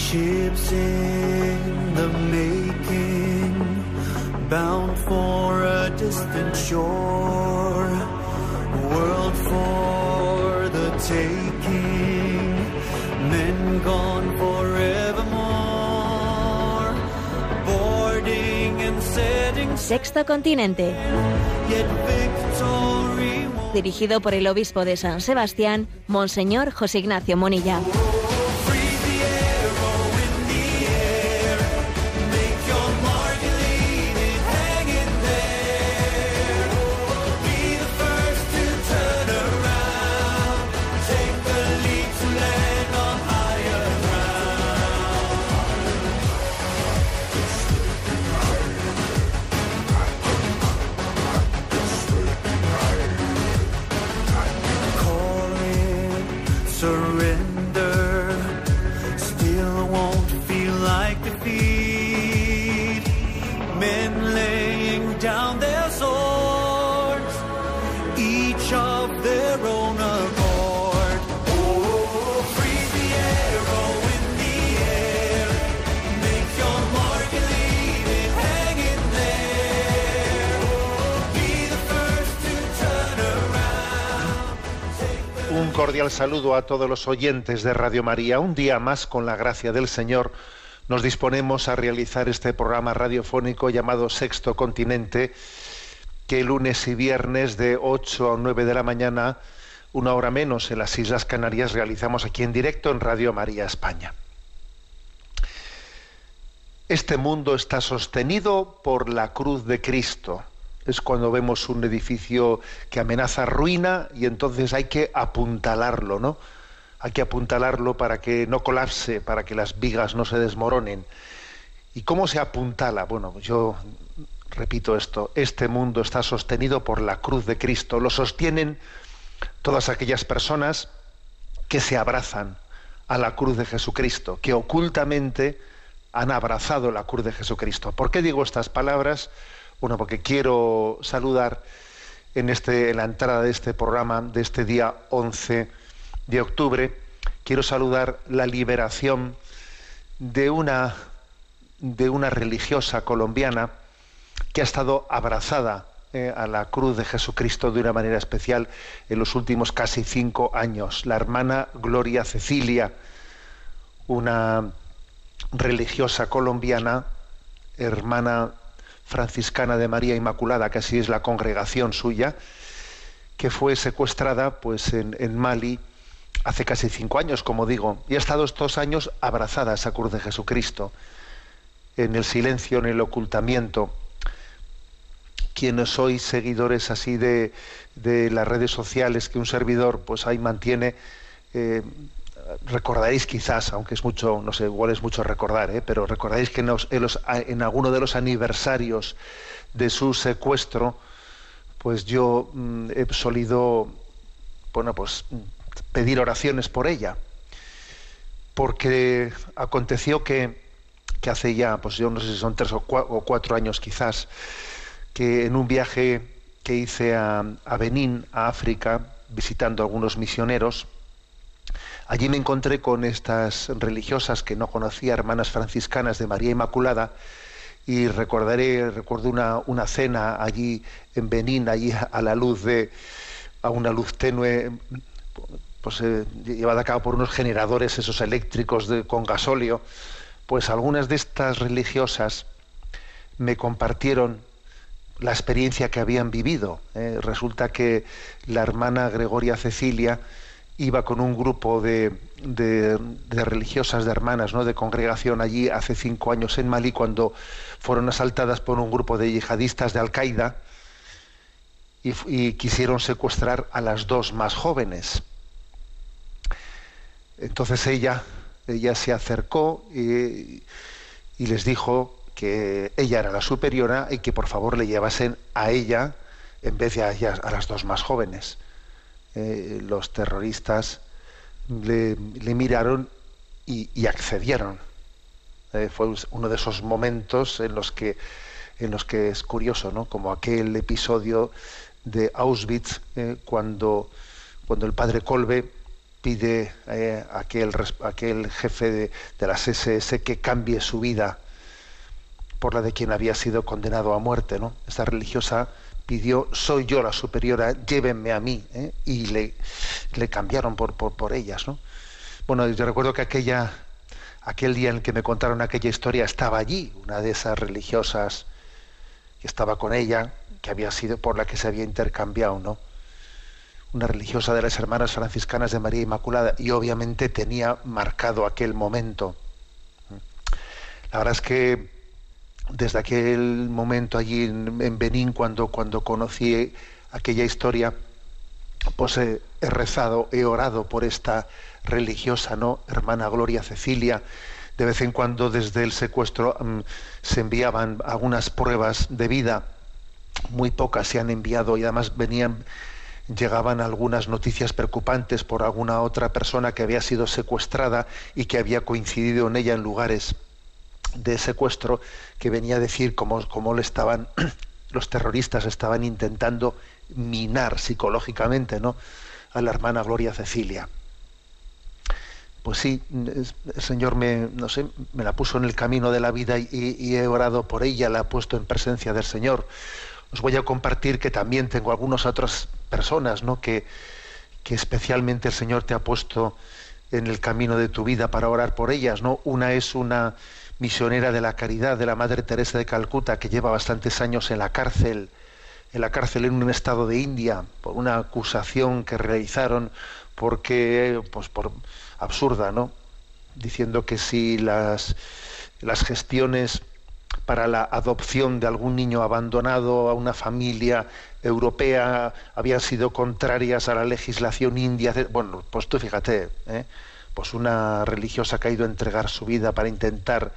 Ships in the making, bound for a distant shore, world for the taking, men gone forevermore, boarding and setting. Sexto Continente. Yet victory won't. Dirigido por el obispo de San Sebastián, Monseñor José Ignacio Monilla. Cordial saludo a todos los oyentes de Radio María. Un día más, con la gracia del Señor, nos disponemos a realizar este programa radiofónico llamado Sexto Continente, que lunes y viernes de 8 a 9 de la mañana, una hora menos en las Islas Canarias, realizamos aquí en directo en Radio María España. Este mundo está sostenido por la cruz de Cristo. Es cuando vemos un edificio que amenaza ruina y entonces hay que apuntalarlo, ¿no? Hay que apuntalarlo para que no colapse, para que las vigas no se desmoronen. ¿Y cómo se apuntala? Bueno, yo repito esto, este mundo está sostenido por la cruz de Cristo. Lo sostienen todas aquellas personas que se abrazan a la cruz de Jesucristo, que ocultamente han abrazado la cruz de Jesucristo. ¿Por qué digo estas palabras? Bueno, porque quiero saludar en la entrada de este programa, de este día 11 de octubre, quiero saludar la liberación de una religiosa colombiana que ha estado abrazada a la cruz de Jesucristo de una manera especial en los últimos casi 5 años. La hermana Gloria Cecilia, una religiosa colombiana, hermana franciscana de María Inmaculada, que así es la congregación suya, que fue secuestrada pues en Mali hace casi 5 años, como digo, y ha estado estos años abrazada a esa cruz de Jesucristo, en el silencio, en el ocultamiento. Quienes sois seguidores así de las redes sociales que un servidor pues ahí mantiene, recordaréis quizás, aunque es mucho, no sé, igual es mucho recordar, pero recordaréis que en alguno de los aniversarios de su secuestro, pues yo he solido, bueno, pues pedir oraciones por ella, porque aconteció que hace ya, pues yo no sé si son 3 o 4 años quizás, que en un viaje que hice a Benín, a África, visitando a algunos misioneros, allí me encontré con estas religiosas que no conocía, hermanas franciscanas de María Inmaculada, y recuerdo una cena allí en Benín, allí a una luz tenue, pues llevada a cabo por unos generadores esos eléctricos con gasóleo. Pues algunas de estas religiosas me compartieron la experiencia que habían vivido. Resulta que la hermana Gregoria Cecilia iba con un grupo de religiosas, de hermanas, ¿no?, de congregación allí hace 5 años en Malí, cuando fueron asaltadas por un grupo de yihadistas de Al-Qaeda y quisieron secuestrar a las 2 más jóvenes. Entonces ella se acercó y les dijo que ella era la superiora y que por favor le llevasen a ella en vez de a las 2 más jóvenes. Los terroristas le miraron y accedieron. Fue uno de esos momentos en los que es curioso, ¿no? Como aquel episodio de Auschwitz, cuando el padre Kolbe pide aquel jefe de las SS que cambie su vida por la de quien había sido condenado a muerte, ¿no? Esta religiosa pidió: soy yo la superiora, llévenme a mí, ¿eh? Y le cambiaron por ellas, ¿no? Bueno, yo recuerdo que aquel día en el que me contaron aquella historia, estaba allí una de esas religiosas que estaba con ella, que había sido por la que se había intercambiado, ¿no? Una religiosa de las Hermanas Franciscanas de María Inmaculada, y obviamente tenía marcado aquel momento. La verdad es que desde aquel momento allí en Benín, cuando conocí aquella historia, pues he rezado, he orado por esta religiosa, ¿no? Hermana Gloria Cecilia. De vez en cuando desde el secuestro se enviaban algunas pruebas de vida, muy pocas se han enviado, y además llegaban algunas noticias preocupantes por alguna otra persona que había sido secuestrada y que había coincidido en ella en lugares de secuestro, que venía a decir cómo los terroristas estaban intentando minar psicológicamente, ¿no?, a la hermana Gloria Cecilia. Pues sí, el Señor me la puso en el camino de la vida y he orado por ella, la he puesto en presencia del Señor. Os voy a compartir que también tengo algunas otras personas, ¿no?, que especialmente el Señor te ha puesto en el camino de tu vida para orar por ellas, ¿no? Una es una misionera de la caridad de la Madre Teresa de Calcuta, que lleva bastantes años en la cárcel en un estado de India, por una acusación que realizaron porque, pues por absurda, ¿no?, diciendo que si las gestiones para la adopción de algún niño abandonado a una familia europea habían sido contrarias a la legislación india. Bueno, pues tú fíjate, pues una religiosa que ha ido a entregar su vida para intentar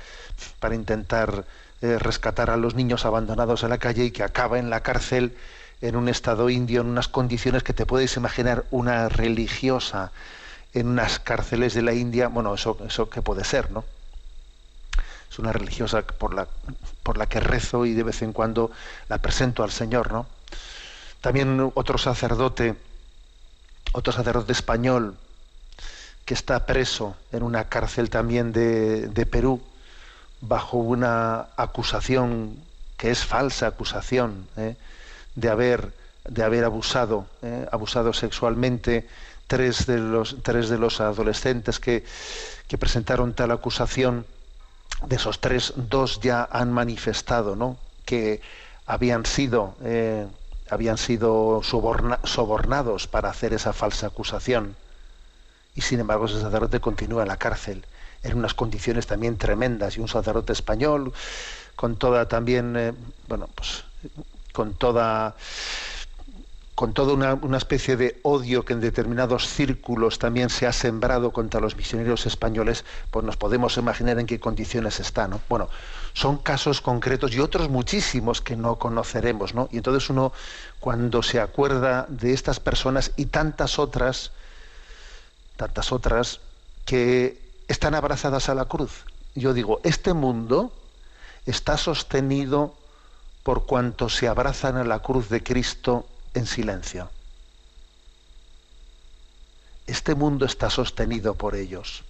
rescatar a los niños abandonados en la calle, y que acaba en la cárcel en un estado indio, en unas condiciones que te puedes imaginar. Una religiosa en unas cárceles de la India, bueno, eso qué puede ser, ¿no? Es una religiosa por la que rezo y de vez en cuando la presento al Señor, ¿no? También otro sacerdote español que está preso en una cárcel también de Perú, bajo una acusación que es falsa acusación, de haber abusado sexualmente tres de los adolescentes que presentaron tal acusación. De esos tres, dos ya han manifestado, ¿no?, que habían sido sobornados para hacer esa falsa acusación, y sin embargo ese sacerdote continúa en la cárcel en unas condiciones también tremendas. Y un sacerdote español con toda también con toda una especie de odio que en determinados círculos también se ha sembrado contra los misioneros españoles, pues nos podemos imaginar en qué condiciones está, ¿no? Bueno, son casos concretos y otros muchísimos que no conoceremos, ¿no? Y entonces uno, cuando se acuerda de estas personas y tantas otras que están abrazadas a la cruz, yo digo, este mundo está sostenido por cuantos se abrazan a la cruz de Cristo en silencio. Este mundo está sostenido por ellos.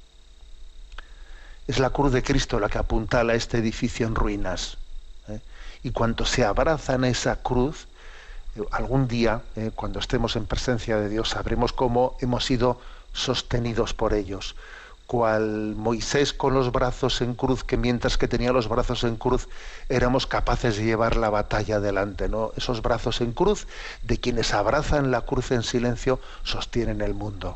Es la cruz de Cristo la que apuntala este edificio en ruinas. Y cuantos se abrazan a esa cruz, algún día, cuando estemos en presencia de Dios, sabremos cómo hemos sido sostenidos por ellos. Cual Moisés con los brazos en cruz, que mientras que tenía los brazos en cruz éramos capaces de llevar la batalla adelante, ¿no? Esos brazos en cruz de quienes abrazan la cruz en silencio sostienen el mundo.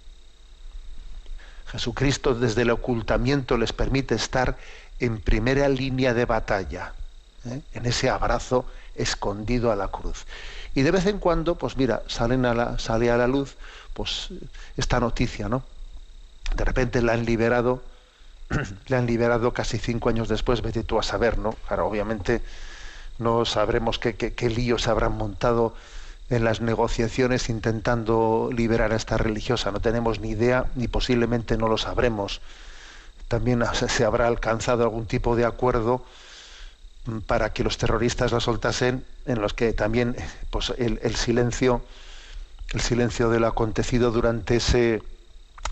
Jesucristo desde el ocultamiento les permite estar en primera línea de batalla, en ese abrazo escondido a la cruz. Y de vez en cuando, pues mira, sale a la luz pues esta noticia, ¿no? De repente la han liberado casi 5 años después, vete tú a saber, ¿no? Claro, obviamente no sabremos qué líos se habrán montado en las negociaciones intentando liberar a esta religiosa. No tenemos ni idea, ni posiblemente no lo sabremos. También se habrá alcanzado algún tipo de acuerdo para que los terroristas la soltasen, en los que también pues el silencio de lo acontecido durante ese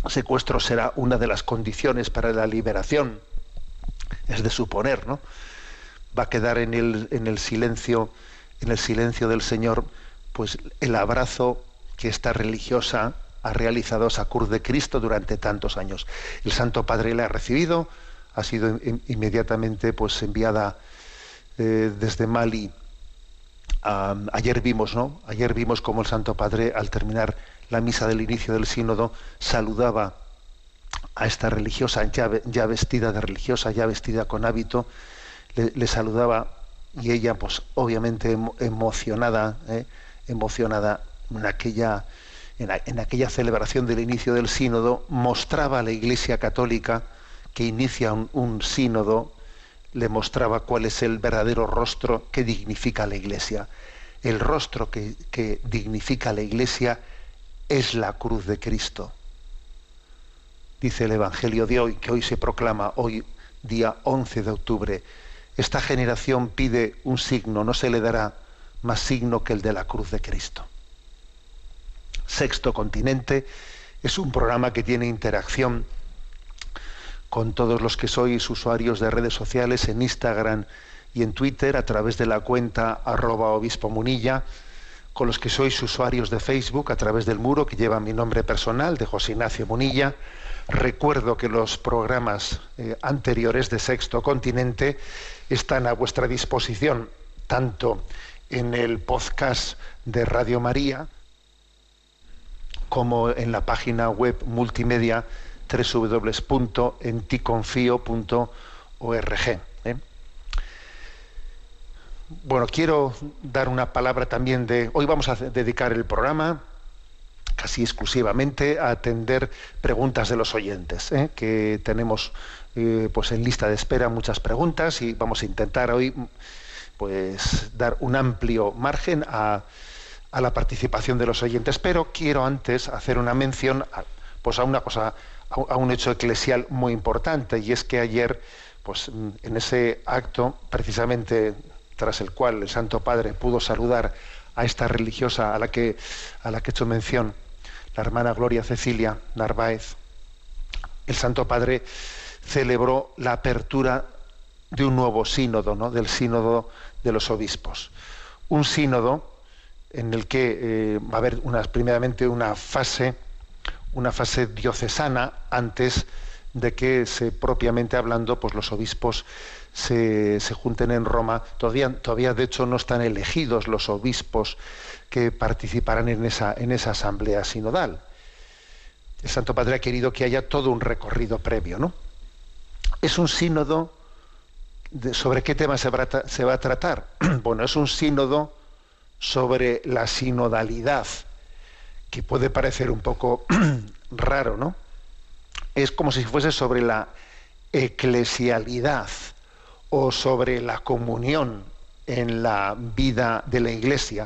secuestro será una de las condiciones para la liberación. Es de suponer, ¿no? Va a quedar en el silencio del Señor, pues el abrazo que esta religiosa ha realizado a esa cruz de Cristo durante tantos años. El Santo Padre la ha recibido, ha sido inmediatamente pues enviada desde Mali. Ayer vimos cómo el Santo Padre, al terminar la misa del inicio del sínodo, saludaba a esta religiosa ya vestida de religiosa, ya vestida con hábito, le saludaba, y ella pues obviamente emocionada en aquella celebración del inicio del sínodo, mostraba a la Iglesia Católica que inicia un sínodo, le mostraba cuál es el verdadero rostro que dignifica a la Iglesia. El rostro que dignifica a la Iglesia es la cruz de Cristo. Dice el Evangelio de hoy, que hoy se proclama, hoy día 11 de octubre, esta generación pide un signo, no se le dará más signo que el de la cruz de Cristo. Sexto Continente es un programa que tiene interacción con todos los que sois usuarios de redes sociales en Instagram y en Twitter a través de la cuenta @obispomunilla, con los que sois usuarios de Facebook a través del muro que lleva mi nombre personal, de José Ignacio Munilla. Recuerdo que los programas anteriores de Sexto Continente están a vuestra disposición tanto en el podcast de Radio María como en la página web multimedia www.enticonfio.org. Bueno, quiero dar una palabra también hoy vamos a dedicar el programa casi exclusivamente a atender preguntas de los oyentes, que tenemos pues en lista de espera muchas preguntas, y vamos a intentar hoy pues dar un amplio margen a la participación de los oyentes, pero quiero antes hacer una mención pues a una cosa, a un hecho eclesial muy importante, y es que ayer, pues en ese acto, precisamente tras el cual el Santo Padre pudo saludar a esta religiosa a la que he hecho mención, la hermana Gloria Cecilia Narváez, el Santo Padre celebró la apertura de un nuevo sínodo, ¿no? Del sínodo de los obispos. Un sínodo en el que va a haber primeramente una fase diocesana antes de que propiamente hablando pues los obispos se junten en Roma. Todavía de hecho no están elegidos los obispos que participarán en esa asamblea sinodal. El Santo Padre ha querido que haya todo un recorrido previo, ¿no? Es un sínodo ¿sobre qué tema se va a tratar? Bueno, es un sínodo sobre la sinodalidad, que puede parecer un poco raro, ¿no? Es como si fuese sobre la eclesialidad o sobre la comunión en la vida de la Iglesia.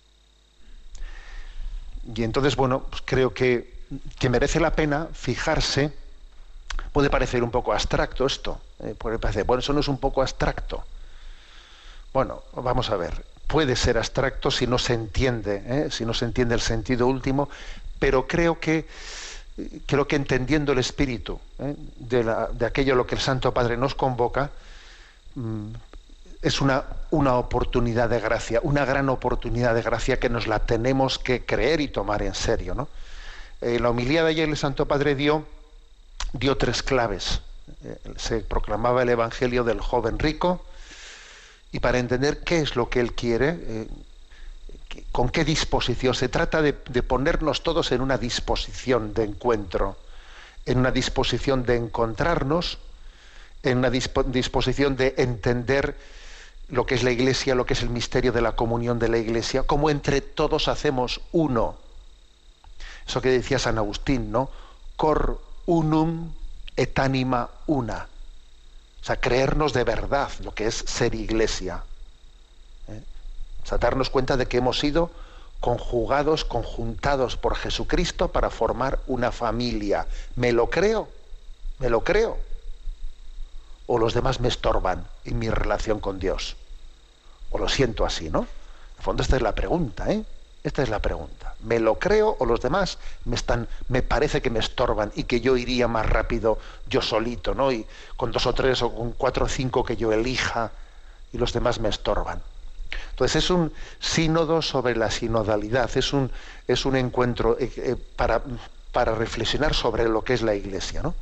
Y entonces, bueno, pues creo que merece la pena fijarse. Puede parecer un poco abstracto esto, puede parecer, bueno, eso no es un poco abstracto. Bueno, vamos a ver, puede ser abstracto si no se entiende el sentido último, pero creo que entendiendo el espíritu de aquello a lo que el Santo Padre nos convoca, es una oportunidad de gracia, una gran oportunidad de gracia que nos la tenemos que creer y tomar en serio, ¿no? La homilía de ayer el Santo Padre dio 3 claves. Se proclamaba el Evangelio del joven rico, y para entender qué es lo que él quiere, con qué disposición, se trata de ponernos todos en una disposición de encuentro, en una disposición de encontrarnos, en una disposición de entender lo que es la Iglesia, lo que es el misterio de la comunión de la Iglesia, cómo entre todos hacemos uno. Eso que decía San Agustín, ¿no? Cor unum et anima una. O sea, creernos de verdad lo que es ser Iglesia. O sea, darnos cuenta de que hemos sido conjuntados por Jesucristo para formar una familia. ¿Me lo creo? ¿Me lo creo? ¿O los demás me estorban en mi relación con Dios? ¿O lo siento así, no? En el fondo esta es la pregunta, ¿eh? Esta es la pregunta. ¿Me lo creo o los demás me parece que me estorban y que yo iría más rápido yo solito, ¿no? Y con 2 o 3 o con 4 o 5 que yo elija y los demás me estorban? Entonces es un sínodo sobre la sinodalidad, es un encuentro para reflexionar sobre lo que es la Iglesia, ¿no?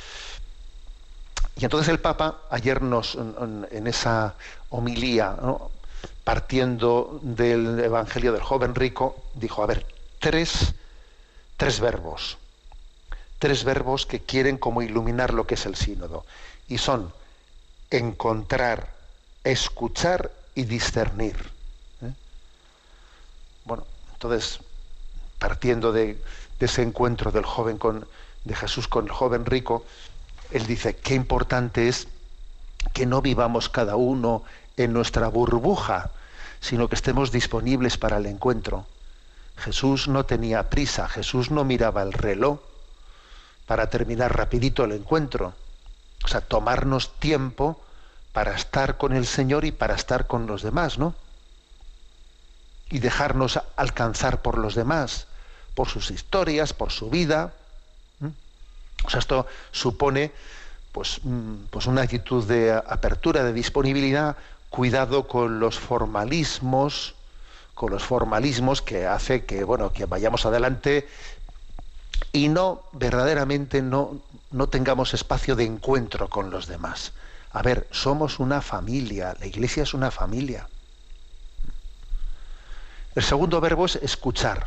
Y entonces el Papa ayer en esa homilía, ¿no?, partiendo del Evangelio del joven rico, dijo, a ver, tres verbos que quieren como iluminar lo que es el sínodo, y son encontrar, escuchar y discernir. Bueno, entonces, partiendo de ese encuentro de Jesús con el joven rico, él dice, qué importante es que no vivamos cada uno en nuestra burbuja, sino que estemos disponibles para el encuentro. Jesús no tenía prisa, Jesús no miraba el reloj para terminar rapidito el encuentro. O sea, tomarnos tiempo para estar con el Señor y para estar con los demás, ¿no? Y dejarnos alcanzar por los demás, por sus historias, por su vida. O sea, esto supone pues una actitud de apertura, de disponibilidad, cuidado con los formalismos que hace que vayamos adelante y verdaderamente no tengamos espacio de encuentro con los demás. A ver, somos una familia, la Iglesia es una familia. El segundo verbo es escuchar,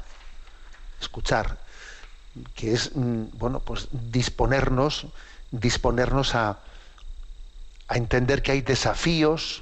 que es pues disponernos a entender que hay desafíos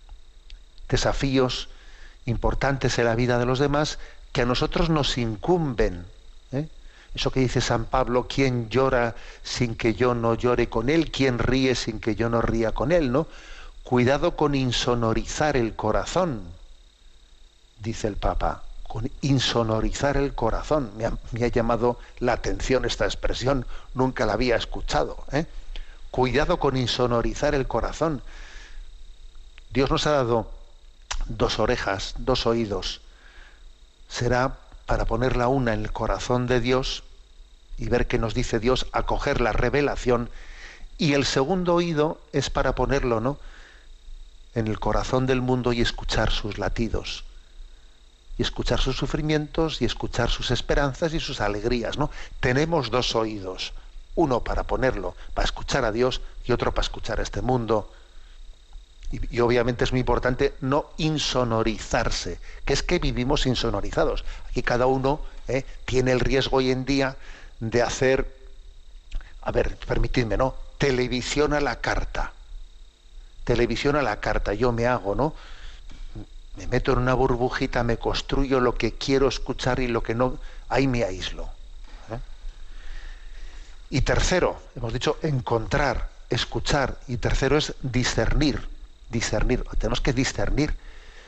importantes en la vida de los demás que a nosotros nos incumben. Eso que dice San Pablo, ¿quién llora sin que yo no llore con él? ¿Quién ríe sin que yo no ría con él? ¿No? Cuidado con insonorizar el corazón, dice el Papa, con insonorizar el corazón. Me ha llamado la atención esta expresión, nunca la había escuchado. Cuidado con insonorizar el corazón. Dios nos ha dado 2 orejas, 2 oídos. Será para poner la una en el corazón de Dios y ver qué nos dice Dios, acoger la revelación, y el segundo oído es para ponerlo, ¿no?, en el corazón del mundo y escuchar sus latidos, y escuchar sus sufrimientos, y escuchar sus esperanzas y sus alegrías, ¿no? Tenemos 2 oídos, uno para ponerlo, para escuchar a Dios, y otro para escuchar a este mundo. Y obviamente es muy importante no insonorizarse, que es que vivimos insonorizados. Aquí cada uno tiene el riesgo hoy en día de hacer, a ver, permitidme, ¿no?, televisión a la carta. Televisión a la carta, yo me hago, ¿no?, me meto en una burbujita, me construyo lo que quiero escuchar y lo que no, ahí me aíslo. Y tercero, hemos dicho encontrar, escuchar, y tercero es discernir. Tenemos que discernir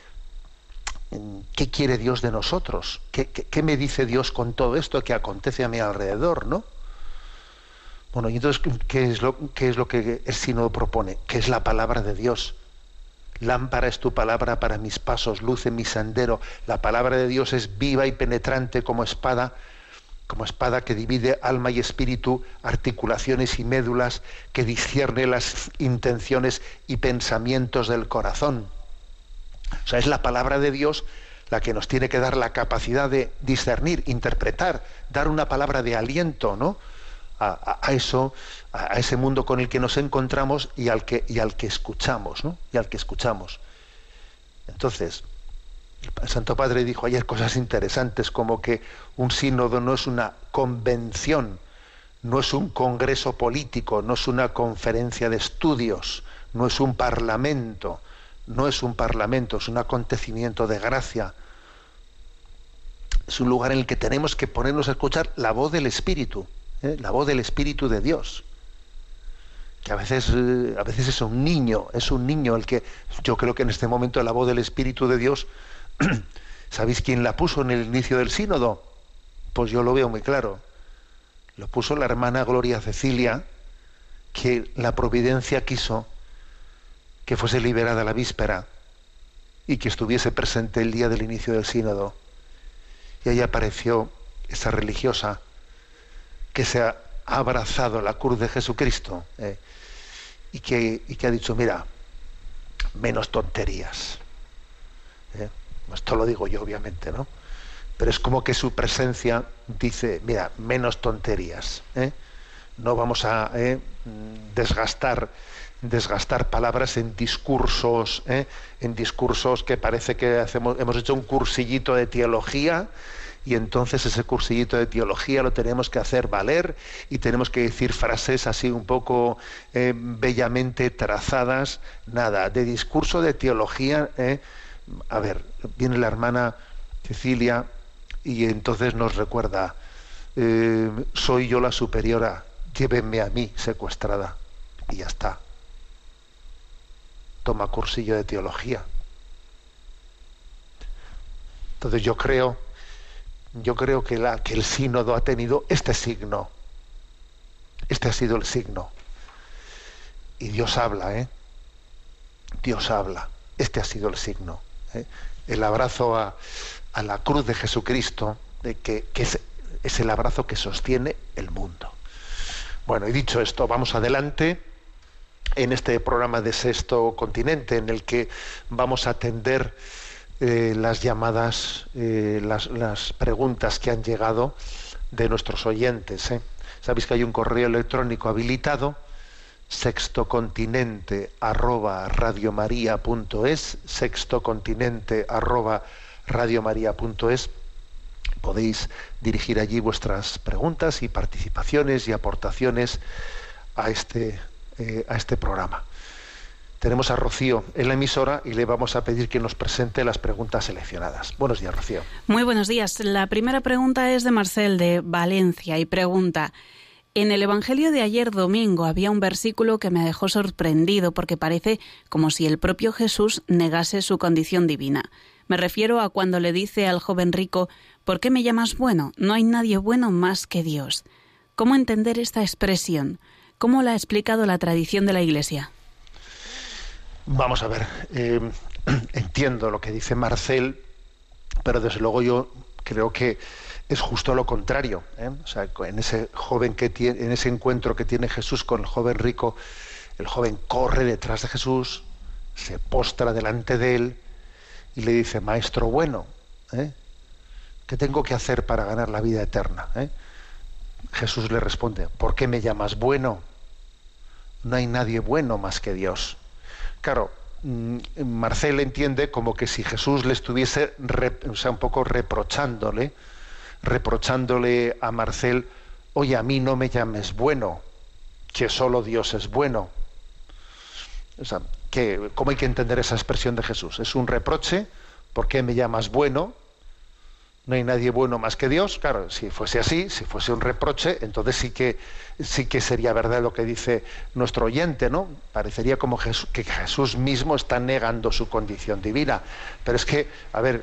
qué quiere Dios de nosotros, qué me dice Dios con todo esto que acontece a mi alrededor, ¿no? Bueno, y entonces, ¿qué es lo que el sínodo propone? ¿Qué es la palabra de Dios? Lámpara es tu palabra para mis pasos, luz en mi sendero. La palabra de Dios es viva y penetrante como espada que divide alma y espíritu, articulaciones y médulas, que discierne las intenciones y pensamientos del corazón. O sea, es la palabra de Dios la que nos tiene que dar la capacidad de discernir, interpretar, dar una palabra de aliento, ¿no?, a ese mundo con el que nos encontramos y al que escuchamos, ¿no?, y al que escuchamos. Entonces, el Santo Padre dijo ayer cosas interesantes, como que un sínodo no es una convención, no es un congreso político, no es una conferencia de estudios, no es un parlamento, es un acontecimiento de gracia. Es un lugar en el que tenemos que ponernos a escuchar la voz del Espíritu, la voz del Espíritu de Dios. Que a veces es un niño el que, yo creo que en este momento la voz del Espíritu de Dios, ¿sabéis quién la puso en el inicio del sínodo? Pues yo lo veo muy claro. Lo puso la hermana Gloria Cecilia, que la providencia quiso que fuese liberada la víspera y que estuviese presente el día del inicio del sínodo. y ahí apareció esa religiosa que se ha abrazado la cruz de Jesucristo, y que ha dicho, mira, menos tonterías. Esto lo digo yo, obviamente, ¿no? Pero es como que su presencia dice, mira, menos tonterías. No vamos a desgastar palabras en discursos que parece que hemos hecho un cursillito de teología, y entonces ese cursillito de teología lo tenemos que hacer valer y tenemos que decir frases así un poco bellamente trazadas. Nada, de discurso de teología. A ver, viene la hermana Cecilia y entonces nos recuerda, soy yo la superiora, llévenme a mí secuestrada, y ya está. Toma cursillo de teología. Entonces yo creo que el sínodo ha tenido este signo. Este ha sido el signo. Y Dios habla, Dios habla. Este ha sido el signo. El abrazo a la cruz de Jesucristo, que es el abrazo que sostiene el mundo. Bueno, y dicho esto, vamos adelante en este programa de Sexto Continente, en el que vamos a atender las llamadas, las preguntas que han llegado de nuestros oyentes. Sabéis que hay un correo electrónico habilitado, sextocontinente@radiomaria.es, sextocontinente@radiomaria.es. Podéis dirigir allí vuestras preguntas y participaciones y aportaciones a este programa. Tenemos a Rocío en la emisora y le vamos a pedir que nos presente las preguntas seleccionadas. Buenos días, Rocío. Muy buenos días. La primera pregunta es de Marcel, de Valencia, y pregunta: en el Evangelio de ayer domingo había un versículo que me dejó sorprendido porque parece como si el propio Jesús negase su condición divina. Me refiero a cuando le dice al joven rico: ¿por qué me llamas bueno? No hay nadie bueno más que Dios. ¿Cómo entender esta expresión? ¿Cómo la ha explicado la tradición de la Iglesia? Vamos a ver, entiendo lo que dice Marcel, pero desde luego yo creo que es justo lo contrario. O sea, en ese en ese encuentro que tiene Jesús con el joven rico, el joven corre detrás de Jesús, se postra delante de él y le dice: Maestro bueno, ¿qué tengo que hacer para ganar la vida eterna? Jesús le responde: ¿por qué me llamas bueno? No hay nadie bueno más que Dios. Claro, Marcel entiende como que si Jesús le estuviese un poco reprochándole a Marcel: oye, a mí no me llames bueno, que solo Dios es bueno. O sea, ¿cómo hay que entender esa expresión de Jesús? ¿Es un reproche? ¿Por qué me llamas bueno? No hay nadie bueno más que Dios. Claro, si fuese así, si fuese un reproche, entonces sí que sería verdad lo que dice nuestro oyente, ¿no? Parecería como que Jesús mismo está negando su condición divina. Pero es que, a ver,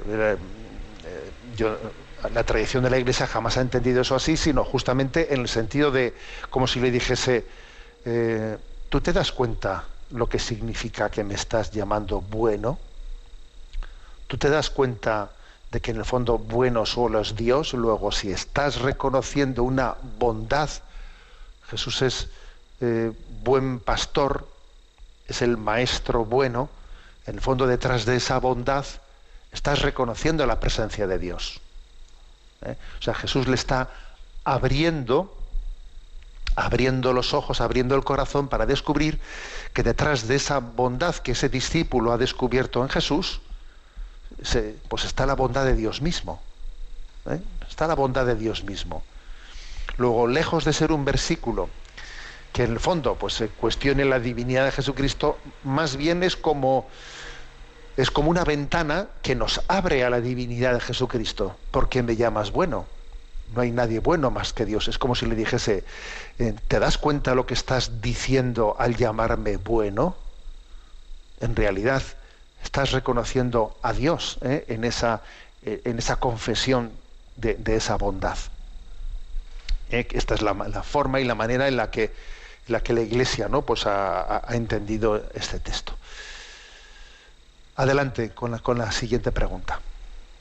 la tradición de la Iglesia jamás ha entendido eso así, sino justamente en el sentido de como si le dijese: ¿tú te das cuenta lo que significa que me estás llamando bueno? ¿Tú te das cuenta de que en el fondo bueno solo es Dios? Luego, si estás reconociendo una bondad, Jesús es buen pastor, es el maestro bueno, en el fondo detrás de esa bondad estás reconociendo la presencia de Dios. O sea, Jesús le está abriendo los ojos, abriendo el corazón para descubrir que detrás de esa bondad que ese discípulo ha descubierto en Jesús, pues está la bondad de Dios mismo. Está la bondad de Dios mismo. Luego, lejos de ser un versículo que en el fondo pues cuestione la divinidad de Jesucristo, más bien es como una ventana que nos abre a la divinidad de Jesucristo. ¿Por qué me llamas bueno? No hay nadie bueno más que Dios. Es como si le dijese: ¿te das cuenta de lo que estás diciendo al llamarme bueno? En realidad estás reconociendo a Dios en esa confesión de esa bondad. Esta es la forma y la manera en la que la Iglesia, ¿no?, pues ha entendido este texto. Adelante con la siguiente pregunta.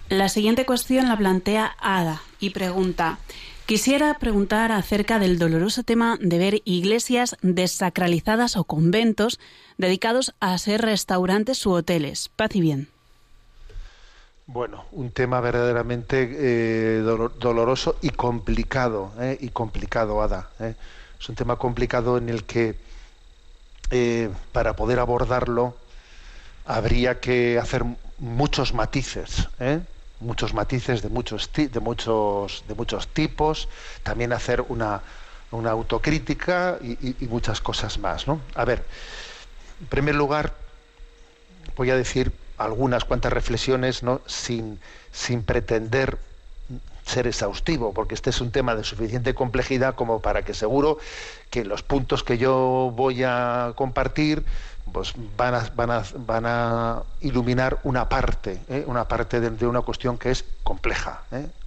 La siguiente cuestión la plantea Ada y pregunta: quisiera preguntar acerca del doloroso tema de ver iglesias desacralizadas o conventos dedicados a ser restaurantes u hoteles. Paz y bien. Bueno, un tema verdaderamente doloroso y complicado, Ada. Es un tema complicado en el que para poder abordarlo habría que hacer muchos matices, de muchos tipos, también hacer una autocrítica y muchas cosas más, ¿no? A ver, en primer lugar, voy a decir algunas cuantas reflexiones, ¿no? sin pretender ser exhaustivo, porque este es un tema de suficiente complejidad como para que seguro que los puntos que yo voy a compartir pues van a iluminar una parte de una cuestión que es compleja.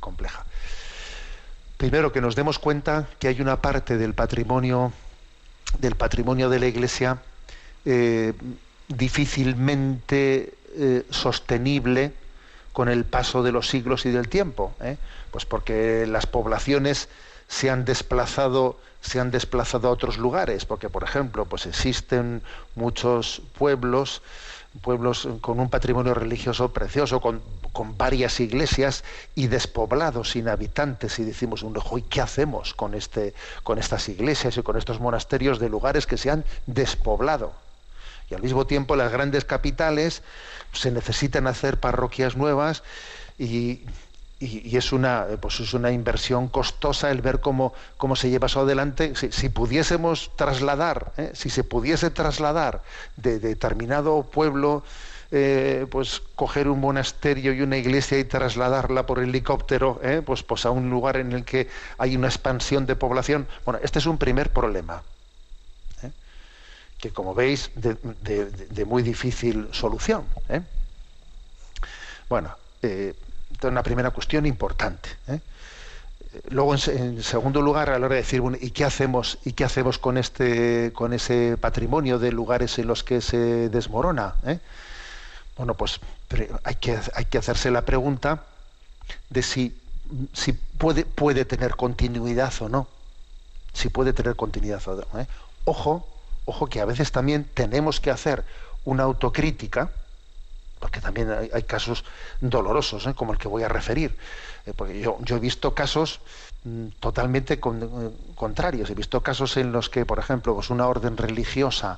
Primero, que nos demos cuenta que hay una parte del patrimonio de la Iglesia difícilmente sostenible con el paso de los siglos y del tiempo, pues porque las poblaciones se han desplazado a otros lugares, porque por ejemplo pues existen muchos pueblos con un patrimonio religioso precioso, con varias iglesias y despoblados, sin habitantes, y decimos, ¿y qué hacemos con estas iglesias y con estos monasterios de lugares que se han despoblado? Y al mismo tiempo las grandes capitales se necesitan hacer parroquias nuevas y es una inversión costosa el ver cómo se lleva eso adelante. Si pudiésemos trasladar, si se pudiese trasladar de determinado pueblo, pues coger un monasterio y una iglesia y trasladarla por helicóptero, pues a un lugar en el que hay una expansión de población. Bueno, este es un primer problema, que como veis de muy difícil solución. Bueno, una primera cuestión importante. Luego, en segundo lugar, a la hora de decir, bueno, ¿y qué hacemos con ese patrimonio de lugares en los que se desmorona? Bueno, pues hay que hacerse la pregunta de si puede tener continuidad o no. Si puede tener continuidad o no. Ojo que a veces también tenemos que hacer una autocrítica, porque también hay casos dolorosos, como el que voy a referir. Porque yo he visto casos totalmente contrarios. He visto casos en los que, por ejemplo, pues una orden religiosa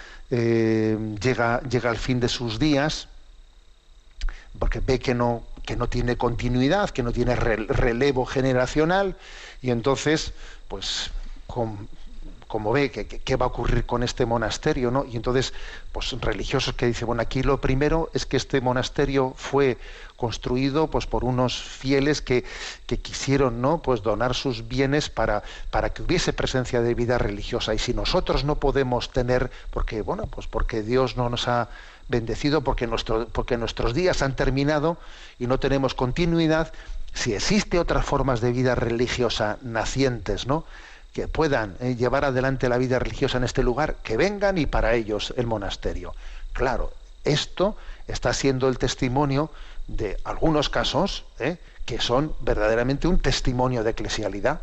llega al fin de sus días porque ve que no tiene continuidad, que no tiene relevo generacional, y entonces, pues, como ve qué va a ocurrir con este monasterio, ¿no? Y entonces, pues religiosos que dicen, bueno, aquí lo primero es que este monasterio fue construido pues por unos fieles que quisieron, ¿no?, pues donar sus bienes para que hubiese presencia de vida religiosa. Y si nosotros no podemos tener, porque Dios no nos ha bendecido, porque nuestros días han terminado y no tenemos continuidad, si existe otras formas de vida religiosa nacientes, ¿no?, que puedan llevar adelante la vida religiosa en este lugar, que vengan, y para ellos el monasterio. Claro, esto está siendo el testimonio de algunos casos que son verdaderamente un testimonio de eclesialidad.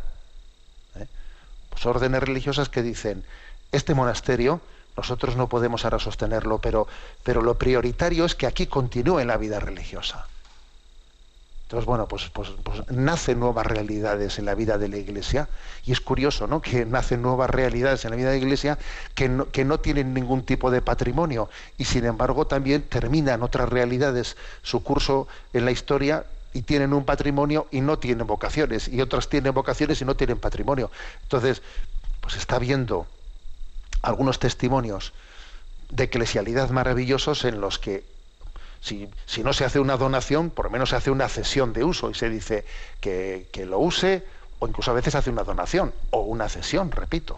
Pues órdenes religiosas que dicen, este monasterio nosotros no podemos ahora sostenerlo, pero lo prioritario es que aquí continúe la vida religiosa. Entonces, bueno, pues nacen nuevas realidades en la vida de la Iglesia, y es curioso, ¿no?, que nacen nuevas realidades en la vida de la Iglesia que no tienen ningún tipo de patrimonio, y sin embargo también terminan otras realidades su curso en la historia y tienen un patrimonio y no tienen vocaciones, y otras tienen vocaciones y no tienen patrimonio. Entonces, pues está habiendo algunos testimonios de eclesialidad maravillosos en los que si no se hace una donación, por lo menos se hace una cesión de uso y se dice que lo use, o incluso a veces hace una donación o una cesión, repito,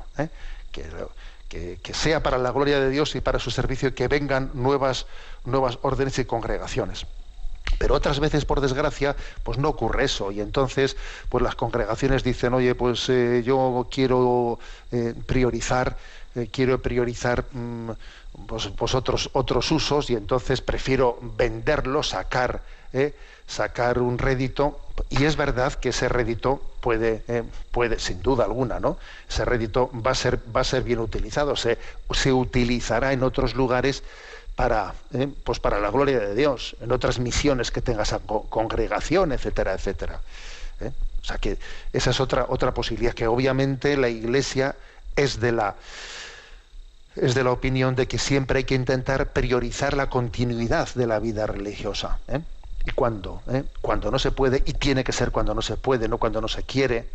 que sea para la gloria de Dios y para su servicio, y que vengan nuevas órdenes y congregaciones. Pero otras veces, por desgracia, pues no ocurre eso, y entonces pues las congregaciones dicen, oye, pues yo quiero priorizar pues otros usos, y entonces prefiero venderlo, sacar sacar un rédito, y es verdad que ese rédito puede, sin duda alguna, ¿no? Ese rédito va a ser bien utilizado, se utilizará en otros lugares para la gloria de Dios, en otras misiones que tenga esa congregación, etcétera, etcétera. O sea que esa es otra posibilidad, que obviamente la Iglesia es de la opinión de que siempre hay que intentar priorizar la continuidad de la vida religiosa. Y cuando no se puede, y tiene que ser cuando no se puede, no cuando no se quiere,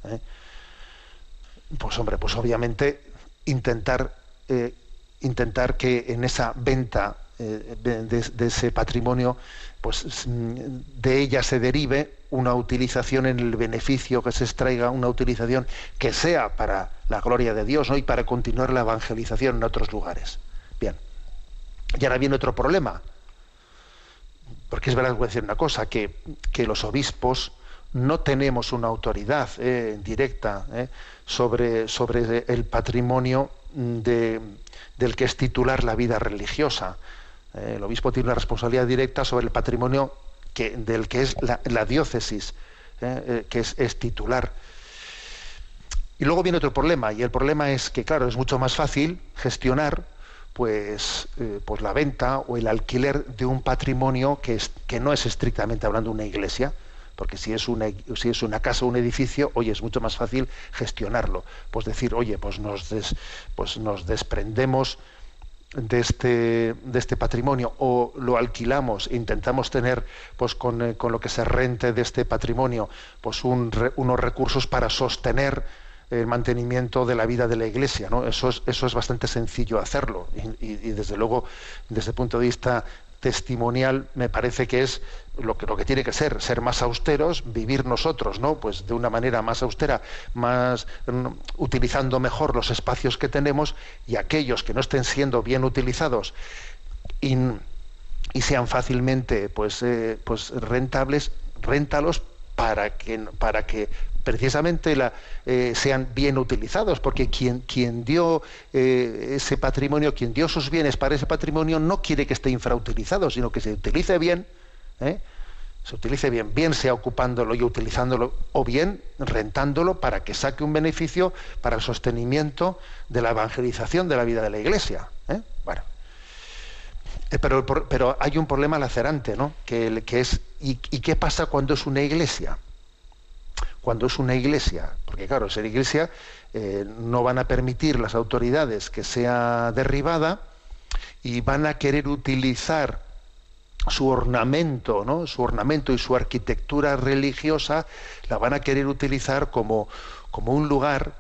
pues obviamente intentar que en esa venta de ese patrimonio, pues de ella se derive una utilización en el beneficio que se extraiga, una utilización que sea para la gloria de Dios, ¿no? Y para continuar la evangelización en otros lugares. Bien. Y ahora viene otro problema, porque es verdad, voy a decir una cosa, que los obispos no tenemos una autoridad directa sobre el patrimonio del que es titular la vida religiosa. El obispo tiene una responsabilidad directa sobre el patrimonio del que es la diócesis, que es titular. Y luego viene otro problema, y el problema es que, claro, es mucho más fácil gestionar pues la venta o el alquiler de un patrimonio que no es estrictamente hablando una iglesia, porque si es una casa o un edificio, oye, es mucho más fácil gestionarlo. Pues decir, oye, pues nos desprendemos de este patrimonio, o lo alquilamos e intentamos tener, pues con lo que se rente de este patrimonio, pues unos recursos para sostener el mantenimiento de la vida de la Iglesia, ¿no? Eso es bastante sencillo hacerlo, y desde luego, desde el punto de vista testimonial, me parece que es lo que tiene que ser más austeros, vivir nosotros, ¿no? Pues de una manera más austera, más utilizando mejor los espacios que tenemos, y aquellos que no estén siendo bien utilizados y sean fácilmente pues rentables, réntalos para que precisamente sean bien utilizados, porque quien dio ese patrimonio, quien dio sus bienes para ese patrimonio, no quiere que esté infrautilizado, sino que se utilice bien, bien sea ocupándolo y utilizándolo, o bien rentándolo para que saque un beneficio para el sostenimiento de la evangelización de la vida de la Iglesia. Bueno, pero hay un problema lacerante, ¿no? Que es ¿y qué pasa cuando es una iglesia? Cuando es una iglesia, porque claro, ser iglesia no van a permitir las autoridades que sea derribada, y van a querer utilizar su ornamento, ¿no? Su ornamento y su arquitectura religiosa la van a querer utilizar como un lugar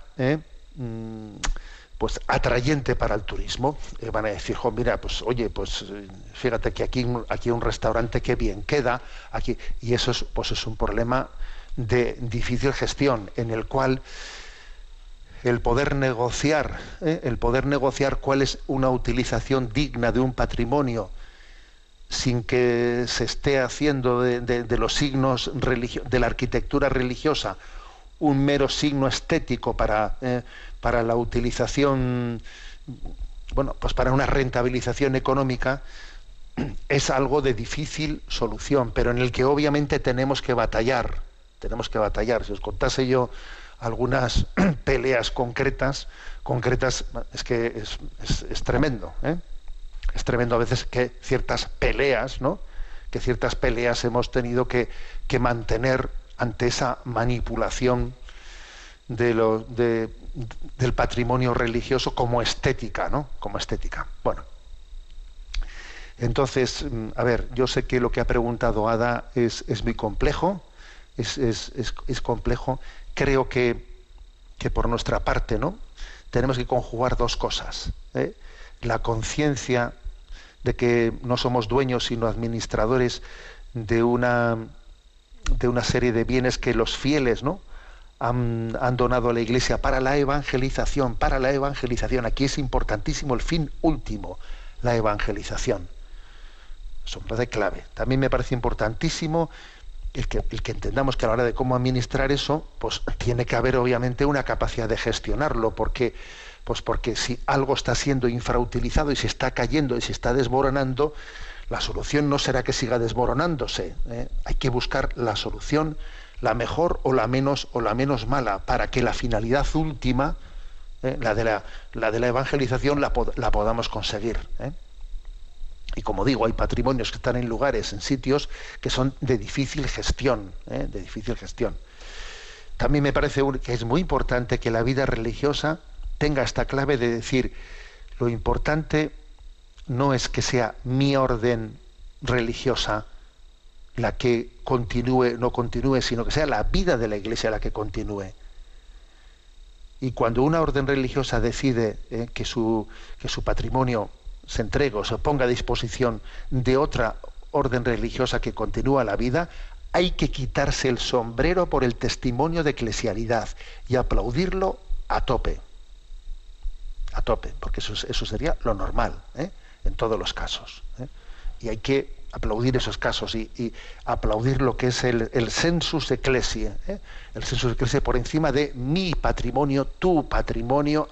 pues atrayente para el turismo. Van a decir, mira, pues oye, pues fíjate que aquí un restaurante que bien queda aquí, y eso es un problema de difícil gestión, en el cual el poder negociar cuál es una utilización digna de un patrimonio sin que se esté haciendo de los signos de la arquitectura religiosa un mero signo estético para la utilización, bueno, pues para una rentabilización económica, es algo de difícil solución, pero en el que obviamente tenemos que batallar. Si os contase yo algunas peleas concretas, es que es tremendo, Es tremendo a veces que ciertas peleas, ¿no? Que ciertas peleas hemos tenido que mantener ante esa manipulación del patrimonio religioso como estética, ¿no? Como estética. Bueno. Entonces, a ver, yo sé que lo que ha preguntado Ada es muy complejo. Es complejo. Creo que por nuestra parte, ¿no? Tenemos que conjugar dos cosas, la conciencia de que no somos dueños sino administradores de una serie de bienes que los fieles, ¿no? han donado a la Iglesia para la evangelización. Aquí es importantísimo el fin último, la evangelización. Eso me parece clave. También me parece importantísimo el que entendamos que a la hora de cómo administrar eso, pues tiene que haber obviamente una capacidad de gestionarlo, porque si algo está siendo infrautilizado y se está cayendo y se está desmoronando, La solución no será que siga desmoronándose, ¿eh? Hay que buscar la solución, la mejor o la menos mala, para que la finalidad última, la de la evangelización, la podamos conseguir, ¿eh? Y como digo, hay patrimonios que están en lugares, en sitios que son de difícil gestión, de difícil gestión. También me parece que es muy importante que la vida religiosa tenga esta clave de decir, lo importante no es que sea mi orden religiosa la que no continúe, sino que sea la vida de la Iglesia la que continúe. Y cuando una orden religiosa decide que su patrimonio se entregue o se ponga a disposición de otra orden religiosa que continúa la vida, hay que quitarse el sombrero por el testimonio de eclesialidad y aplaudirlo a tope, porque eso sería lo normal, en todos los casos, y hay que aplaudir esos casos y aplaudir lo que es el sensus ecclesiae, el sensus ecclesiae por encima de mi patrimonio, tu patrimonio,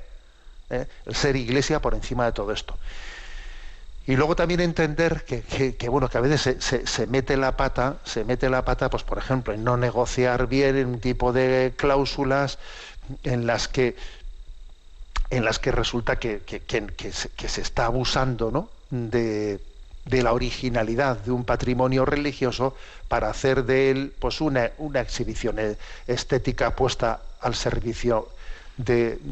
el ser Iglesia por encima de todo esto. Y luego también entender que a veces se mete la pata, pues por ejemplo, en no negociar bien, en un tipo de cláusulas en las que resulta que se está abusando, ¿no?, de la originalidad de un patrimonio religioso para hacer de él pues una exhibición estética puesta al servicio de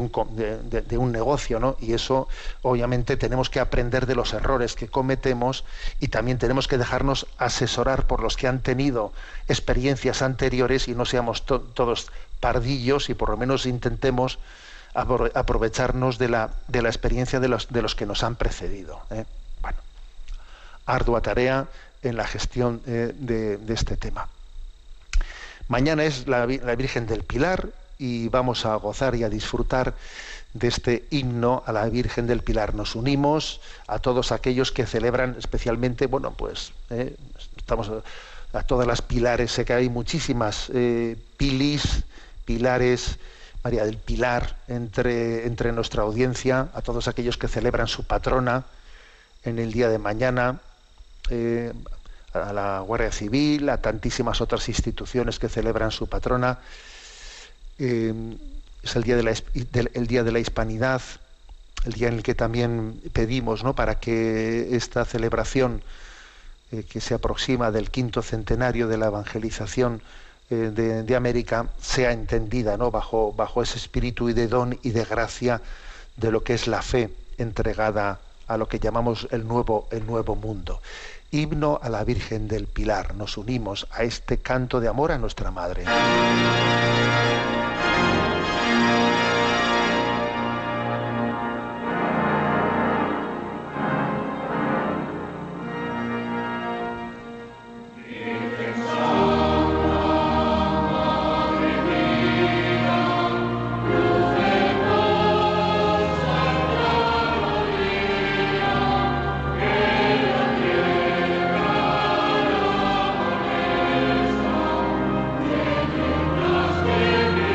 un negocio, ¿no? Y eso, obviamente, tenemos que aprender de los errores que cometemos y también tenemos que dejarnos asesorar por los que han tenido experiencias anteriores y no seamos todos pardillos y por lo menos intentemos aprovecharnos de la experiencia de los que nos han precedido, ¿eh? Bueno, ardua tarea en la gestión de este tema. Mañana es la Virgen del Pilar y vamos a gozar y a disfrutar de este himno a la Virgen del Pilar. Nos unimos a todos aquellos que celebran especialmente, estamos a todas las pilares, sé que hay muchísimas pilares, María del Pilar, entre nuestra audiencia, a todos aquellos que celebran su patrona en el día de mañana, a la Guardia Civil, a tantísimas otras instituciones que celebran su patrona. Es el día de la Hispanidad, el día en el que también pedimos, ¿no?, para que esta celebración que se aproxima del 5º centenario de la evangelización de América sea entendida, ¿no?, bajo ese espíritu y de don y de gracia de lo que es la fe entregada a lo que llamamos el nuevo mundo. Himno a la Virgen del Pilar. Nos unimos a este canto de amor a nuestra Madre. Spirit.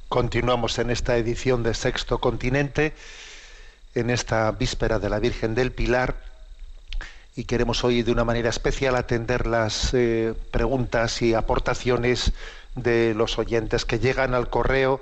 Continuamos en esta edición de Sexto Continente, en esta víspera de la Virgen del Pilar, y queremos hoy de una manera especial atender las preguntas y aportaciones de los oyentes que llegan al correo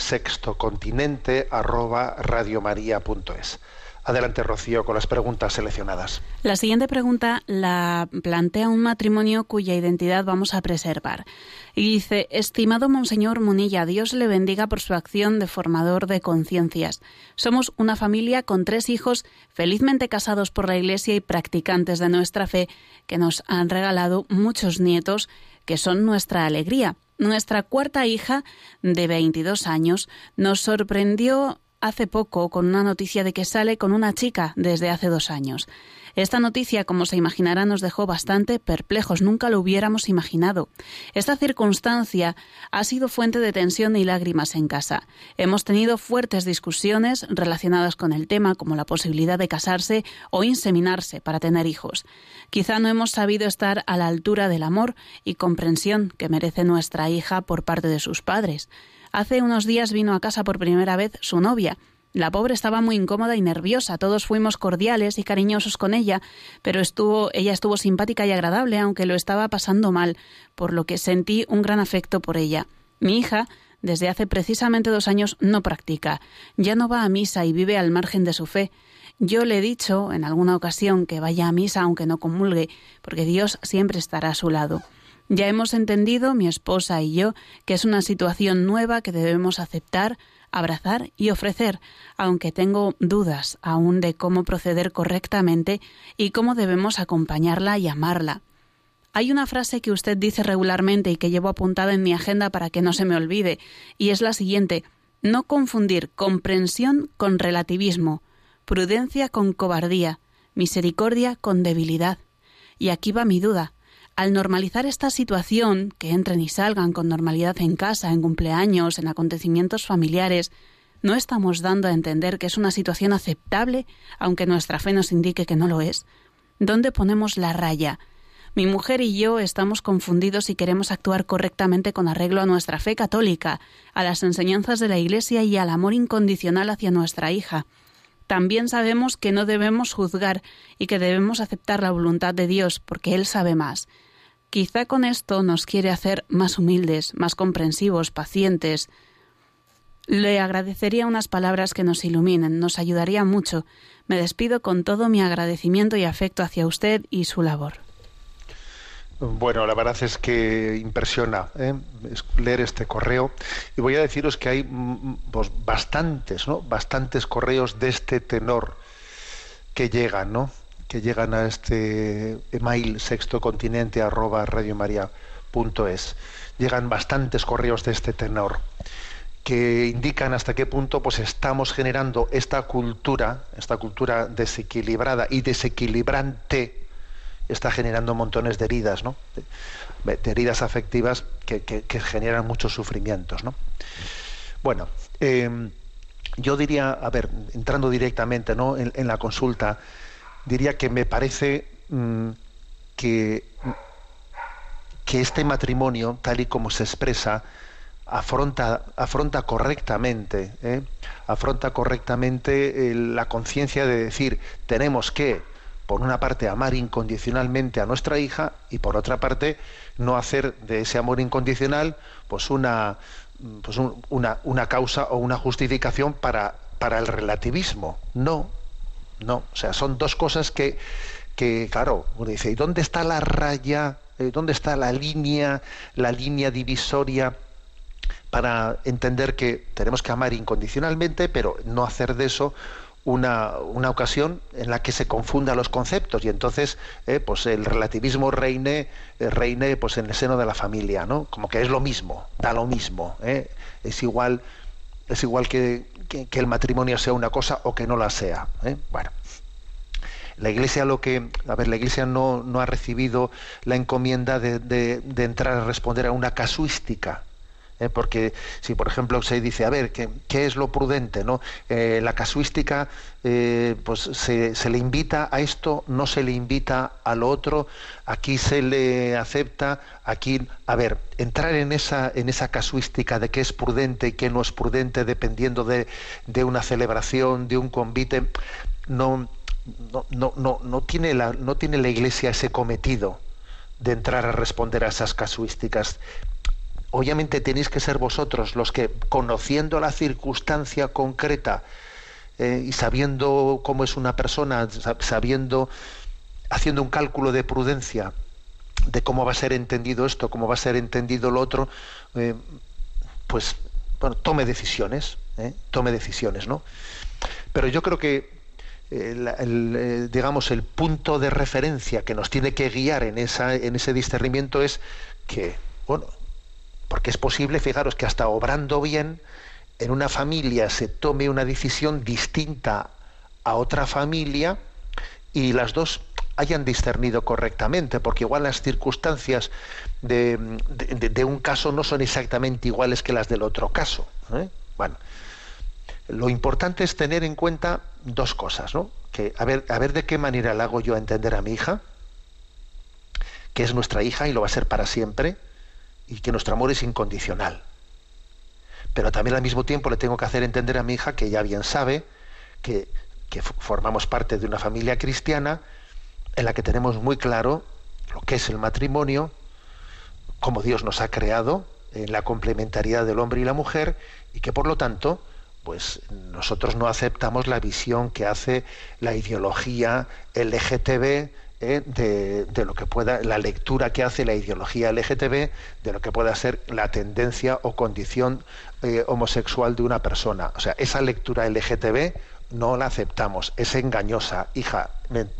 sextocontinente@radiomaria.es. Adelante, Rocío, con las preguntas seleccionadas. La siguiente pregunta la plantea un matrimonio cuya identidad vamos a preservar. Y dice: estimado Monseñor Munilla, Dios le bendiga por su acción de formador de conciencias. Somos una familia con 3 hijos, felizmente casados por la Iglesia y practicantes de nuestra fe, que nos han regalado muchos nietos, que son nuestra alegría. Nuestra 4ª hija, de 22 años, nos sorprendió hace poco con una noticia de que sale con una chica desde hace 2 años. Esta noticia, como se imaginará, nos dejó bastante perplejos, nunca lo hubiéramos imaginado. Esta circunstancia ha sido fuente de tensión y lágrimas en casa. Hemos tenido fuertes discusiones relacionadas con el tema, como la posibilidad de casarse o inseminarse para tener hijos. Quizá no hemos sabido estar a la altura del amor y comprensión que merece nuestra hija por parte de sus padres. Hace unos días vino a casa por primera vez su novia. La pobre estaba muy incómoda y nerviosa. Todos fuimos cordiales y cariñosos con ella, pero ella estuvo simpática y agradable, aunque lo estaba pasando mal, por lo que sentí un gran afecto por ella. Mi hija, desde hace precisamente 2 años, no practica. Ya no va a misa y vive al margen de su fe. Yo le he dicho en alguna ocasión que vaya a misa aunque no comulgue, porque Dios siempre estará a su lado. Ya hemos entendido, mi esposa y yo, que es una situación nueva que debemos aceptar, abrazar y ofrecer, aunque tengo dudas aún de cómo proceder correctamente y cómo debemos acompañarla y amarla. Hay una frase que usted dice regularmente y que llevo apuntada en mi agenda para que no se me olvide, y es la siguiente: no confundir comprensión con relativismo, prudencia con cobardía, misericordia con debilidad. Y aquí va mi duda. Al normalizar esta situación, que entren y salgan con normalidad en casa, en cumpleaños, en acontecimientos familiares, ¿no estamos dando a entender que es una situación aceptable, aunque nuestra fe nos indique que no lo es? ¿Dónde ponemos la raya? Mi mujer y yo estamos confundidos y queremos actuar correctamente con arreglo a nuestra fe católica, a las enseñanzas de la Iglesia y al amor incondicional hacia nuestra hija. También sabemos que no debemos juzgar y que debemos aceptar la voluntad de Dios, porque Él sabe más. Quizá con esto nos quiere hacer más humildes, más comprensivos, pacientes. Le agradecería unas palabras que nos iluminen, nos ayudaría mucho. Me despido con todo mi agradecimiento y afecto hacia usted y su labor. Bueno, la verdad es que impresiona leer este correo, y voy a deciros que hay pues, bastantes correos de este tenor que llegan, ¿no? Que llegan a este email sextocontinente@radiomaria.es. Llegan bastantes correos de este tenor que indican hasta qué punto pues estamos generando esta cultura desequilibrada y desequilibrante. Está generando montones de heridas, ¿no? De heridas afectivas que generan muchos sufrimientos, ¿no? Bueno, yo diría, a ver, entrando directamente, ¿no?, en la consulta, diría que me parece que este matrimonio, tal y como se expresa, afronta correctamente la conciencia de decir: tenemos que, por una parte, amar incondicionalmente a nuestra hija, y por otra parte no hacer de ese amor incondicional pues una causa o una justificación para el relativismo. No, o sea, son dos cosas que claro, uno dice: ¿y dónde está la raya? ¿Dónde está la línea divisoria para entender que tenemos que amar incondicionalmente, pero no hacer de eso una ocasión en la que se confundan los conceptos y entonces pues el relativismo reine pues en el seno de la familia, ¿no? Como que es lo mismo, da lo mismo, es igual que el matrimonio sea una cosa o que no la sea, Bueno, la Iglesia la Iglesia no ha recibido la encomienda de entrar a responder a una casuística. Porque si, por ejemplo, se dice, a ver, ¿qué es lo prudente, ¿no? La casuística, pues se le invita a esto, no se le invita a lo otro, aquí se le acepta, aquí, a ver, entrar en esa casuística de qué es prudente y qué no es prudente, dependiendo de una celebración, de un convite, no tiene la Iglesia ese cometido de entrar a responder a esas casuísticas. Obviamente tenéis que ser vosotros los que, conociendo la circunstancia concreta y sabiendo cómo es una persona, haciendo un cálculo de prudencia de cómo va a ser entendido esto, cómo va a ser entendido lo otro, pues bueno, tome decisiones, ¿no? Pero yo creo que digamos, el punto de referencia que nos tiene que guiar en ese discernimiento es que, bueno, porque es posible, fijaros, que hasta obrando bien, en una familia se tome una decisión distinta a otra familia y las dos hayan discernido correctamente, porque igual las circunstancias de un caso no son exactamente iguales que las del otro caso, ¿eh? Bueno, lo importante es tener en cuenta dos cosas, ¿no? Que a ver de qué manera le hago yo a entender a mi hija, que es nuestra hija y lo va a ser para siempre, y que nuestro amor es incondicional. Pero también al mismo tiempo le tengo que hacer entender a mi hija, que ella bien sabe, que formamos parte de una familia cristiana en la que tenemos muy claro lo que es el matrimonio, cómo Dios nos ha creado, en la complementariedad del hombre y la mujer, y que por lo tanto, pues nosotros no aceptamos la visión que hace la ideología LGTB, de lo que pueda, la lectura que hace la ideología LGTB de lo que pueda ser la tendencia o condición homosexual de una persona. O sea, esa lectura LGTB no la aceptamos, es engañosa. Hija,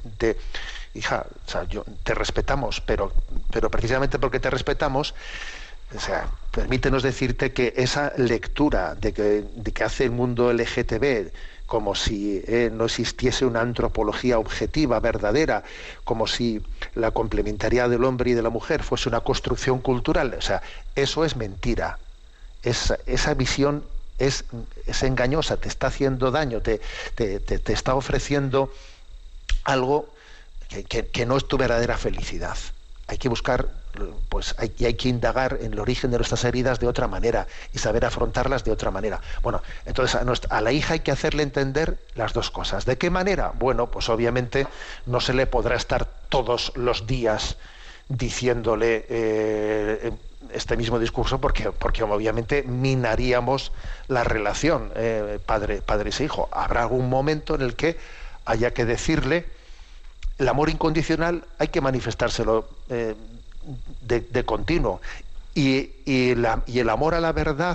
o sea, te respetamos, pero precisamente porque te respetamos, o sea, permítenos decirte que esa lectura de que hace el mundo LGTB, como si no existiese una antropología objetiva, verdadera, como si la complementariedad del hombre y de la mujer fuese una construcción cultural, o sea, eso es mentira. Esa visión es engañosa, te está haciendo daño, te está ofreciendo algo que no es tu verdadera felicidad. Hay que buscar, pues hay que indagar en el origen de nuestras heridas de otra manera y saber afrontarlas de otra manera. Bueno, entonces a la hija hay que hacerle entender las dos cosas. ¿De qué manera? Bueno, pues obviamente no se le podrá estar todos los días diciéndole este mismo discurso porque obviamente minaríamos la relación padre y hijo. Habrá algún momento en el que haya que decirle: el amor incondicional hay que manifestárselo de continuo, y el amor a la verdad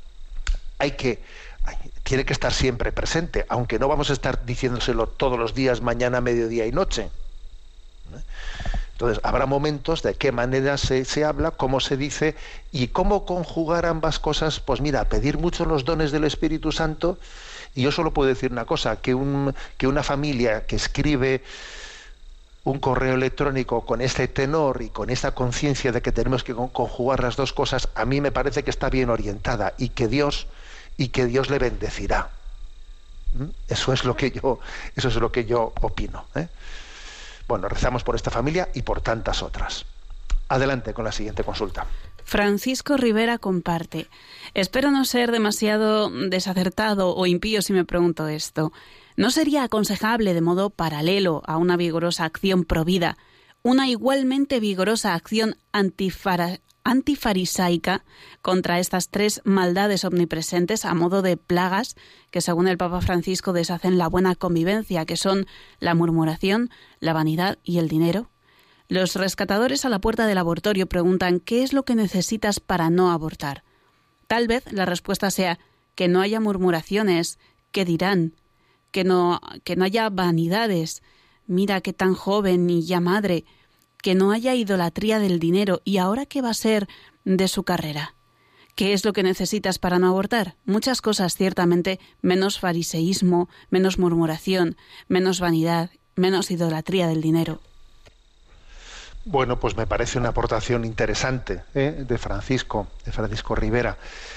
tiene que estar siempre presente, aunque no vamos a estar diciéndoselo todos los días, mañana, mediodía y noche. Entonces habrá momentos de qué manera se habla, cómo se dice y cómo conjugar ambas cosas. Pues mira, pedir mucho los dones del Espíritu Santo. Y yo solo puedo decir una cosa, que una familia que escribe un correo electrónico con este tenor y con esta conciencia de que tenemos que conjugar las dos cosas, a mí me parece que está bien orientada y que Dios le bendecirá. Eso es lo que yo opino, ¿eh? Bueno, rezamos por esta familia y por tantas otras. Adelante con la siguiente consulta. Francisco Rivera comparte: espero no ser demasiado desacertado o impío si me pregunto esto. ¿No sería aconsejable, de modo paralelo a una vigorosa acción provida, una igualmente vigorosa acción antifarisaica contra estas tres maldades omnipresentes a modo de plagas que, según el Papa Francisco, deshacen la buena convivencia, que son la murmuración, la vanidad y el dinero? Los rescatadores a la puerta del abortorio preguntan: ¿qué es lo que necesitas para no abortar? Tal vez la respuesta sea que no haya murmuraciones, que dirán, que no haya vanidades, mira qué tan joven y ya madre, que no haya idolatría del dinero. ¿Y ahora qué va a ser de su carrera? ¿Qué es lo que necesitas para no abortar? Muchas cosas, ciertamente, menos fariseísmo, menos murmuración, menos vanidad, menos idolatría del dinero. Bueno, pues me parece una aportación interesante de Francisco Rivera.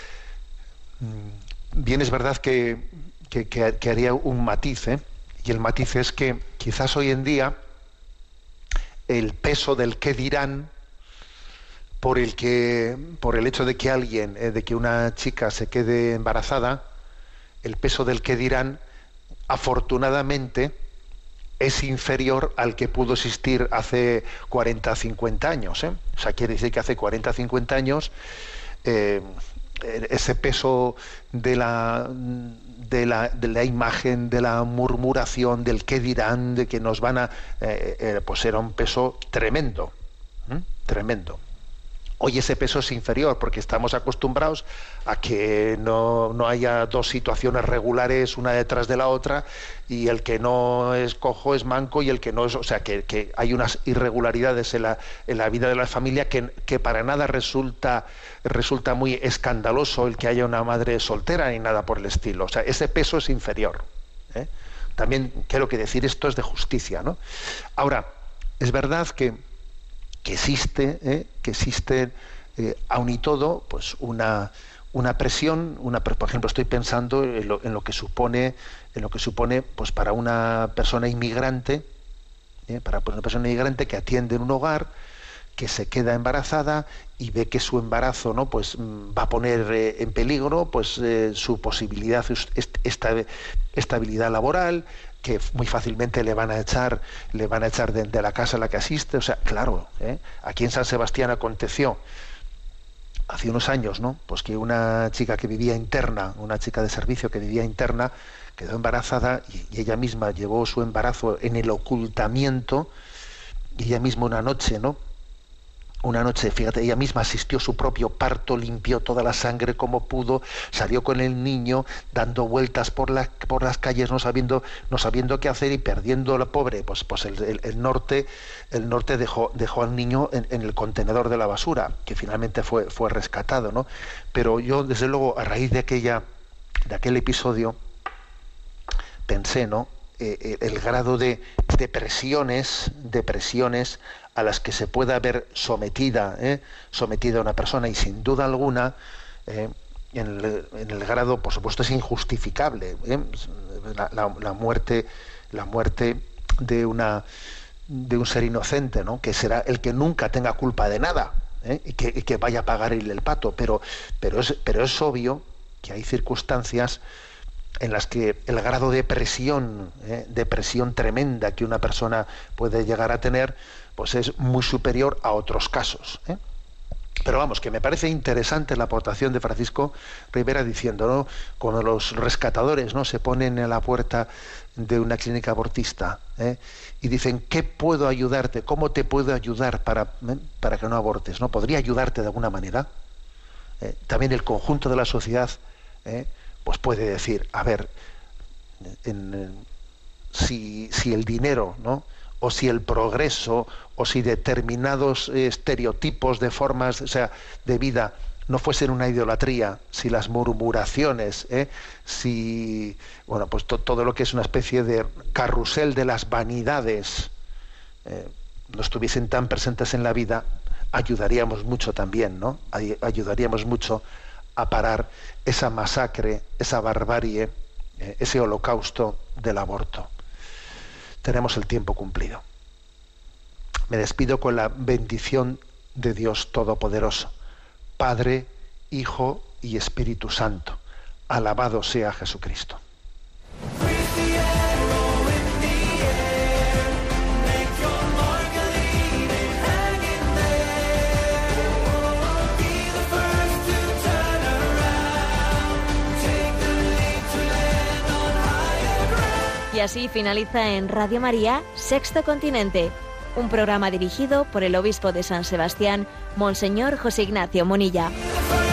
Bien, es verdad que haría un matiz, y el matiz es que quizás hoy en día el peso del qué dirán por el hecho de que alguien, de que una chica se quede embarazada, el peso del qué dirán, afortunadamente, es inferior al que pudo existir hace 40, 50 años. O sea, quiere decir que hace 40, 50 años ese peso de la imagen, de la murmuración, del qué dirán, de que nos van a... pues era un peso tremendo, tremendo. Hoy ese peso es inferior porque estamos acostumbrados a que no haya dos situaciones regulares una detrás de la otra, y el que no es cojo es manco, y el que no es... O sea, que hay unas irregularidades en la vida de la familia que para nada resulta muy escandaloso el que haya una madre soltera ni nada por el estilo. O sea, ese peso es inferior. También quiero decir, esto es de justicia, ¿no? Ahora, es verdad que existe, aun y todo, pues una presión, por ejemplo, estoy pensando en lo que supone pues para una persona inmigrante, que atiende en un hogar, que se queda embarazada y ve que su embarazo, ¿no?, pues va a poner en peligro pues su posibilidad, estabilidad laboral, que muy fácilmente le van a echar de la casa a la que asiste. O sea, claro, aquí en San Sebastián aconteció hace unos años, ¿no?, pues que una chica que vivía interna, una chica de servicio que vivía interna, quedó embarazada y ella misma llevó su embarazo en el ocultamiento, y ella misma una noche, fíjate, ella misma asistió su propio parto, limpió toda la sangre como pudo, salió con el niño dando vueltas por las calles no sabiendo qué hacer, y perdiendo la pobre, pues el norte dejó al niño en el contenedor de la basura, que finalmente fue rescatado, ¿no? Pero yo, desde luego, a raíz de aquel episodio, pensé, ¿no?, el grado de presiones a las que se pueda ver sometida una persona, y sin duda alguna en el grado, por supuesto, es injustificable la muerte de un ser inocente, ¿no?, que será el que nunca tenga culpa de nada, y que vaya a pagar el pato, pero es obvio que hay circunstancias en las que el grado de presión tremenda que una persona puede llegar a tener, pues es muy superior a otros casos. Pero vamos, que me parece interesante la aportación de Francisco Rivera diciendo, ¿no?, cuando los rescatadores, ¿no?, se ponen en la puerta de una clínica abortista, y dicen, ¿qué puedo ayudarte? ¿Cómo te puedo ayudar para que no abortes? ¿No? ¿Podría ayudarte de alguna manera? También el conjunto de la sociedad pues puede decir, a ver, si el dinero, ¿no?, o si el progreso, o si determinados estereotipos de formas, o sea, de vida no fuesen una idolatría, si las murmuraciones, si, bueno, pues todo lo que es una especie de carrusel de las vanidades no estuviesen tan presentes en la vida, ayudaríamos mucho también, ¿no? Ayudaríamos mucho a parar esa masacre, esa barbarie, ese holocausto del aborto. Tenemos el tiempo cumplido. Me despido con la bendición de Dios Todopoderoso, Padre, Hijo y Espíritu Santo. Alabado sea Jesucristo. Y así finaliza en Radio María, Sexto Continente, un programa dirigido por el obispo de San Sebastián, Monseñor José Ignacio Munilla.